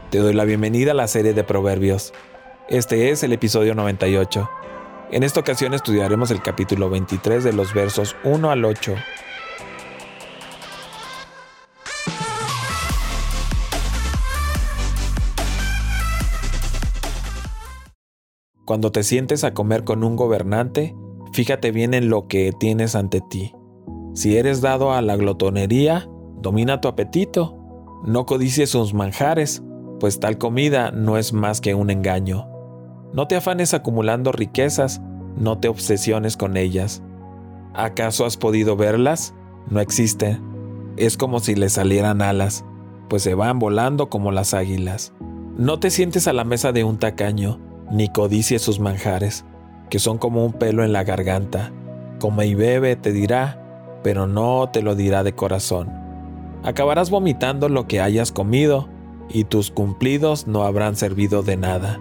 Te doy la bienvenida a la serie de Proverbios. Este es el episodio 98. En esta ocasión estudiaremos el capítulo 23 de los versos 1 al 8. Cuando te sientes a comer con un gobernante, fíjate bien en lo que tienes ante ti. Si eres dado a la glotonería, domina tu apetito. No codicies sus manjares, pues tal comida no es más que un engaño. No te afanes acumulando riquezas, no te obsesiones con ellas. ¿Acaso has podido verlas? No existen. Es como si les salieran alas, pues se van volando como las águilas. No te sientes a la mesa de un tacaño, ni codicies sus manjares, que son como un pelo en la garganta. Come y bebe, te dirá, pero no te lo dirá de corazón. Acabarás vomitando lo que hayas comido, y tus cumplidos no habrán servido de nada.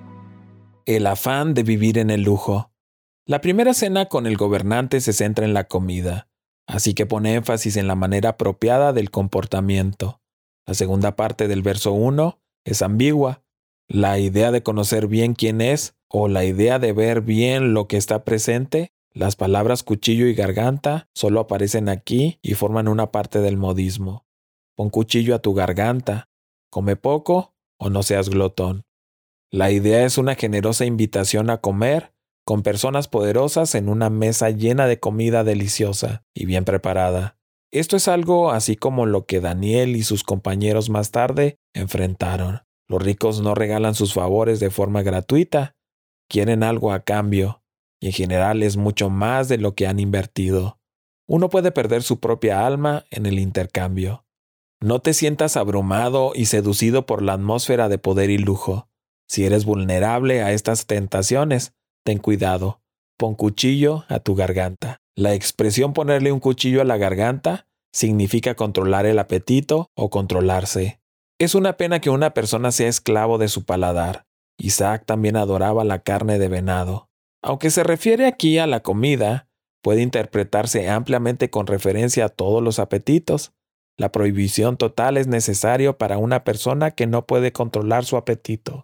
El afán de vivir en el lujo. La primera cena con el gobernante se centra en la comida, así que pone énfasis en la manera apropiada del comportamiento. La segunda parte del verso 1 es ambigua. La idea de conocer bien quién es, o la idea de ver bien lo que está presente. Las palabras cuchillo y garganta solo aparecen aquí y forman una parte del modismo. Pon cuchillo a tu garganta. Come poco o no seas glotón. La idea es una generosa invitación a comer con personas poderosas en una mesa llena de comida deliciosa y bien preparada. Esto es algo así como lo que Daniel y sus compañeros más tarde enfrentaron. Los ricos no regalan sus favores de forma gratuita, quieren algo a cambio, y en general es mucho más de lo que han invertido. Uno puede perder su propia alma en el intercambio. No te sientas abrumado y seducido por la atmósfera de poder y lujo. Si eres vulnerable a estas tentaciones, ten cuidado. Pon cuchillo a tu garganta. La expresión ponerle un cuchillo a la garganta significa controlar el apetito o controlarse. Es una pena que una persona sea esclavo de su paladar. Isaac también adoraba la carne de venado. Aunque se refiere aquí a la comida, puede interpretarse ampliamente con referencia a todos los apetitos. La prohibición total es necesaria para una persona que no puede controlar su apetito.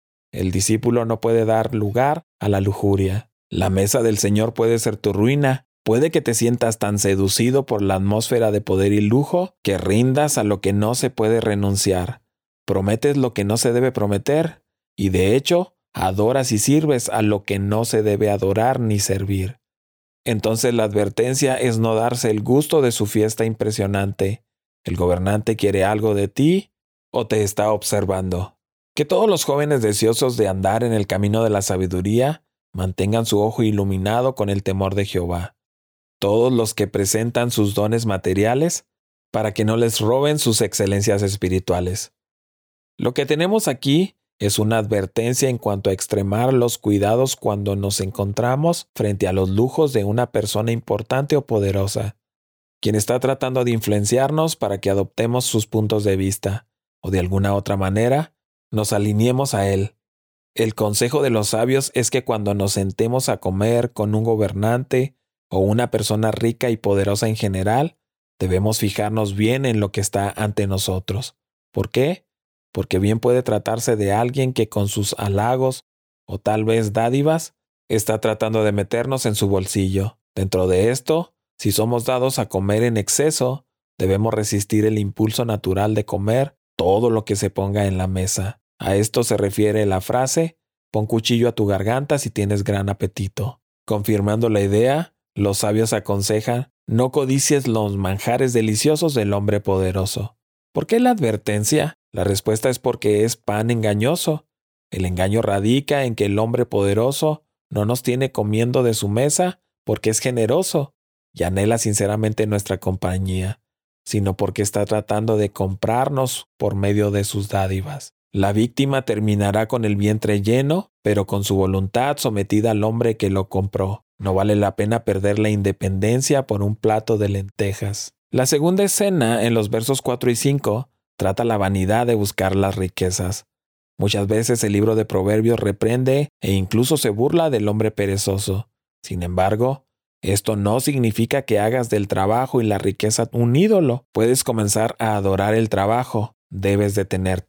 El discípulo no puede dar lugar a la lujuria. La mesa del Señor puede ser tu ruina. Puede que te sientas tan seducido por la atmósfera de poder y lujo que rindas a lo que no se puede renunciar. Prometes lo que no se debe prometer y, de hecho, adoras y sirves a lo que no se debe adorar ni servir. Entonces la advertencia es no darse el gusto de su fiesta impresionante. ¿El gobernante quiere algo de ti o te está observando? Que todos los jóvenes deseosos de andar en el camino de la sabiduría mantengan su ojo iluminado con el temor de Jehová. Todos los que presentan sus dones materiales para que no les roben sus excelencias espirituales. Lo que tenemos aquí es una advertencia en cuanto a extremar los cuidados cuando nos encontramos frente a los lujos de una persona importante o poderosa, quien está tratando de influenciarnos para que adoptemos sus puntos de vista, o de alguna otra manera, nos alineemos a él. El consejo de los sabios es que cuando nos sentemos a comer con un gobernante o una persona rica y poderosa en general, debemos fijarnos bien en lo que está ante nosotros. ¿Por qué? Porque bien puede tratarse de alguien que con sus halagos o tal vez dádivas está tratando de meternos en su bolsillo. Dentro de esto, si somos dados a comer en exceso, debemos resistir el impulso natural de comer todo lo que se ponga en la mesa. A esto se refiere la frase, pon cuchillo a tu garganta si tienes gran apetito. Confirmando la idea, los sabios aconsejan, no codicies los manjares deliciosos del hombre poderoso. ¿Por qué la advertencia? La respuesta es porque es pan engañoso. El engaño radica en que el hombre poderoso no nos tiene comiendo de su mesa porque es generoso y anhela sinceramente nuestra compañía, sino porque está tratando de comprarnos por medio de sus dádivas. La víctima terminará con el vientre lleno, pero con su voluntad sometida al hombre que lo compró. No vale la pena perder la independencia por un plato de lentejas. La segunda escena, en los versos 4 y 5, trata la vanidad de buscar las riquezas. Muchas veces el libro de Proverbios reprende e incluso se burla del hombre perezoso. Sin embargo, esto no significa que hagas del trabajo y la riqueza un ídolo. Puedes comenzar a adorar el trabajo. Debes detenerte.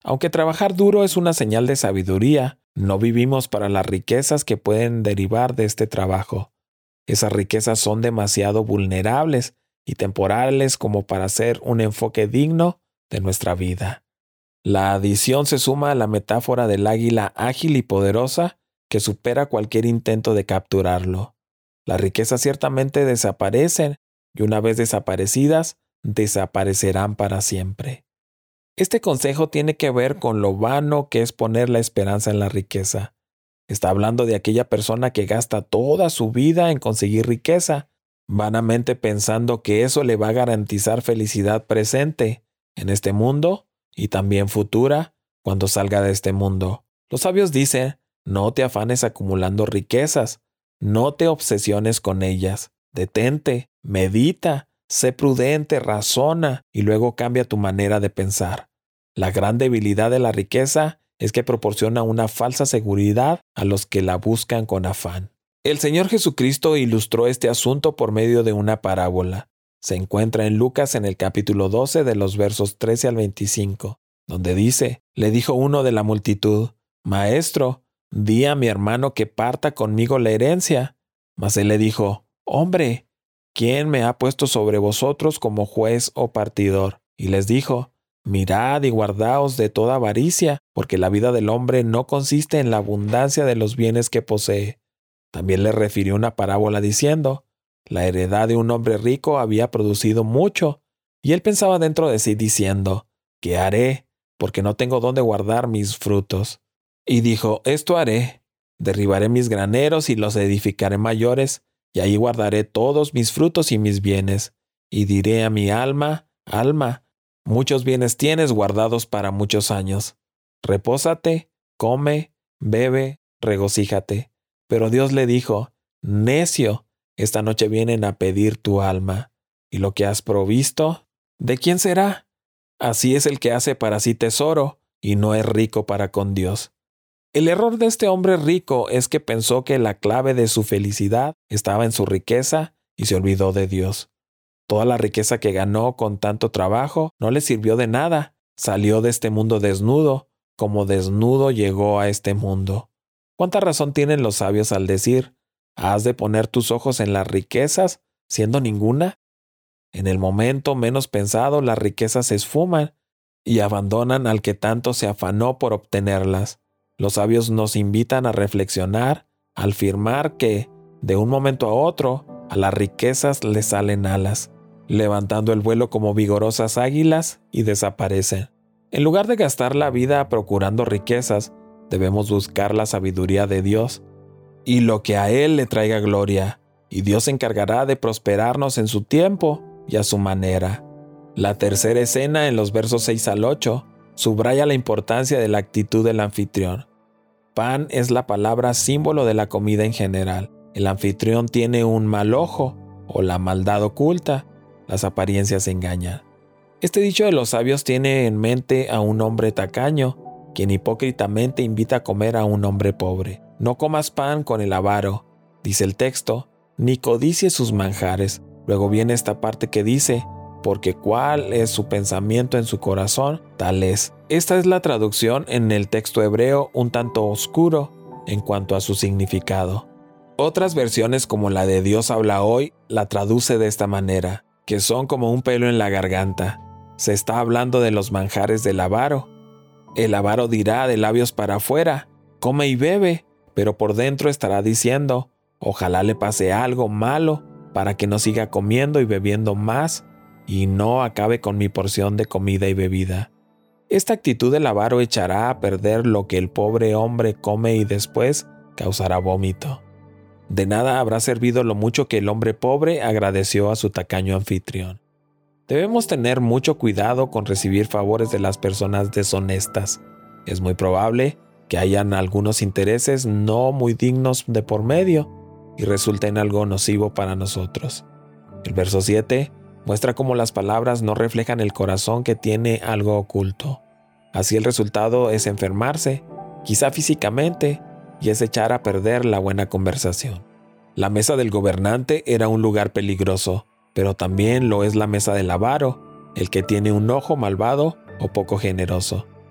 Aunque trabajar duro es una señal de sabiduría, no vivimos para las riquezas que pueden derivar de este trabajo. Esas riquezas son demasiado vulnerables y temporales como para ser un enfoque digno de nuestra vida. La adición se suma a la metáfora del águila ágil y poderosa que supera cualquier intento de capturarlo. Las riquezas ciertamente desaparecen y una vez desaparecidas, desaparecerán para siempre. Este consejo tiene que ver con lo vano que es poner la esperanza en la riqueza. Está hablando de aquella persona que gasta toda su vida en conseguir riqueza, vanamente pensando que eso le va a garantizar felicidad presente en este mundo y también futura cuando salga de este mundo. Los sabios dicen, no te afanes acumulando riquezas, no te obsesiones con ellas, detente, medita, sé prudente, razona y luego cambia tu manera de pensar. La gran debilidad de la riqueza es que proporciona una falsa seguridad a los que la buscan con afán. El Señor Jesucristo ilustró este asunto por medio de una parábola. Se encuentra en Lucas en el capítulo 12 de los versos 13 al 25, donde dice, le dijo uno de la multitud, Maestro, di a mi hermano que parta conmigo la herencia. Mas él le dijo, Hombre, ¿quién me ha puesto sobre vosotros como juez o partidor? Y les dijo, Mirad y guardaos de toda avaricia, porque la vida del hombre no consiste en la abundancia de los bienes que posee. También le refirió una parábola diciendo, la heredad de un hombre rico había producido mucho, y él pensaba dentro de sí diciendo, ¿qué haré? Porque no tengo dónde guardar mis frutos. Y dijo, esto haré, derribaré mis graneros y los edificaré mayores, y ahí guardaré todos mis frutos y mis bienes. Y diré a mi alma, alma, muchos bienes tienes guardados para muchos años. Repósate, come, bebe, regocíjate. Pero Dios le dijo, necio, esta noche vienen a pedir tu alma. ¿Y lo que has provisto? ¿De quién será? Así es el que hace para sí tesoro y no es rico para con Dios. El error de este hombre rico es que pensó que la clave de su felicidad estaba en su riqueza y se olvidó de Dios. Toda la riqueza que ganó con tanto trabajo no le sirvió de nada. Salió de este mundo desnudo, como desnudo llegó a este mundo. ¿Cuánta razón tienen los sabios al decir, has de poner tus ojos en las riquezas, siendo ninguna? En el momento menos pensado, las riquezas se esfuman y abandonan al que tanto se afanó por obtenerlas. Los sabios nos invitan a reflexionar al afirmar que, de un momento a otro, a las riquezas les salen alas, levantando el vuelo como vigorosas águilas y desaparecen. En lugar de gastar la vida procurando riquezas, debemos buscar la sabiduría de Dios y lo que a Él le traiga gloria, y Dios se encargará de prosperarnos en su tiempo y a su manera. La tercera escena, en los versos 6 al 8, subraya la importancia de la actitud del anfitrión. Pan es la palabra símbolo de la comida en general. El anfitrión tiene un mal ojo, o la maldad oculta. Las apariencias engañan. Este dicho de los sabios tiene en mente a un hombre tacaño, quien hipócritamente invita a comer a un hombre pobre. No comas pan con el avaro, dice el texto, ni codicies sus manjares. Luego viene esta parte que dice, porque cuál es su pensamiento en su corazón, tal es. Esta es la traducción en el texto hebreo un tanto oscuro en cuanto a su significado. Otras versiones como la de Dios habla hoy la traduce de esta manera, que son como un pelo en la garganta. Se está hablando de los manjares del avaro. El avaro dirá de labios para afuera, come y bebe, pero por dentro estará diciendo, ojalá le pase algo malo para que no siga comiendo y bebiendo más y no acabe con mi porción de comida y bebida. Esta actitud del avaro echará a perder lo que el pobre hombre come y después causará vómito. De nada habrá servido lo mucho que el hombre pobre agradeció a su tacaño anfitrión. Debemos tener mucho cuidado con recibir favores de las personas deshonestas. Es muy probable que hayan algunos intereses no muy dignos de por medio y resulten algo nocivo para nosotros. El verso 7 muestra cómo las palabras no reflejan el corazón que tiene algo oculto. Así el resultado es enfermarse, quizá físicamente, y es echar a perder la buena conversación. La mesa del gobernante era un lugar peligroso, pero también lo es la mesa del avaro, el que tiene un ojo malvado o poco generoso.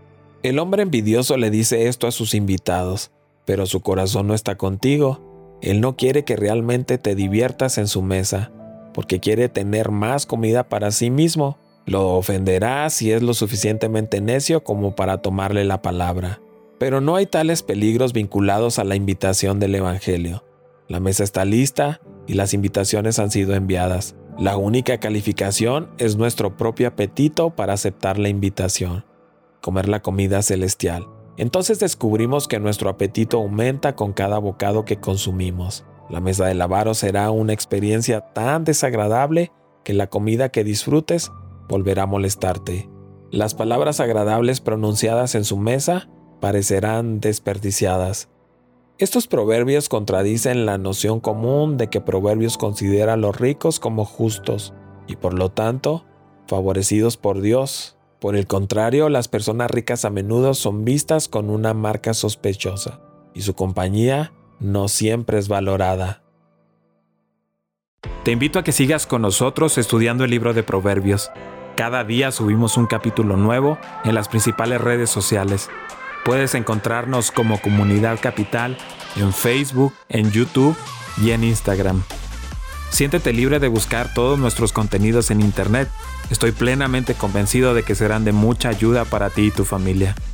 El hombre envidioso le dice esto a sus invitados, pero su corazón no está contigo. Él no quiere que realmente te diviertas en su mesa, porque quiere tener más comida para sí mismo. Lo ofenderá si es lo suficientemente necio como para tomarle la palabra. Pero no hay tales peligros vinculados a la invitación del Evangelio. La mesa está lista y las invitaciones han sido enviadas. La única calificación es nuestro propio apetito para aceptar la invitación, comer la comida celestial. Entonces descubrimos que nuestro apetito aumenta con cada bocado que consumimos. La mesa del avaro será una experiencia tan desagradable que la comida que disfrutes volverá a molestarte. Las palabras agradables pronunciadas en su mesa parecerán desperdiciadas. Estos proverbios contradicen la noción común de que Proverbios considera a los ricos como justos y por lo tanto favorecidos por Dios. Por el contrario, las personas ricas a menudo son vistas con una marca sospechosa y su compañía no siempre es valorada. Te invito a que sigas con nosotros estudiando el libro de Proverbios. Cada día subimos un capítulo nuevo en las principales redes sociales. Puedes encontrarnos como Comunidad Capital en Facebook, en YouTube y en Instagram. Siéntete libre de buscar todos nuestros contenidos en Internet. Estoy plenamente convencido de que serán de mucha ayuda para ti y tu familia.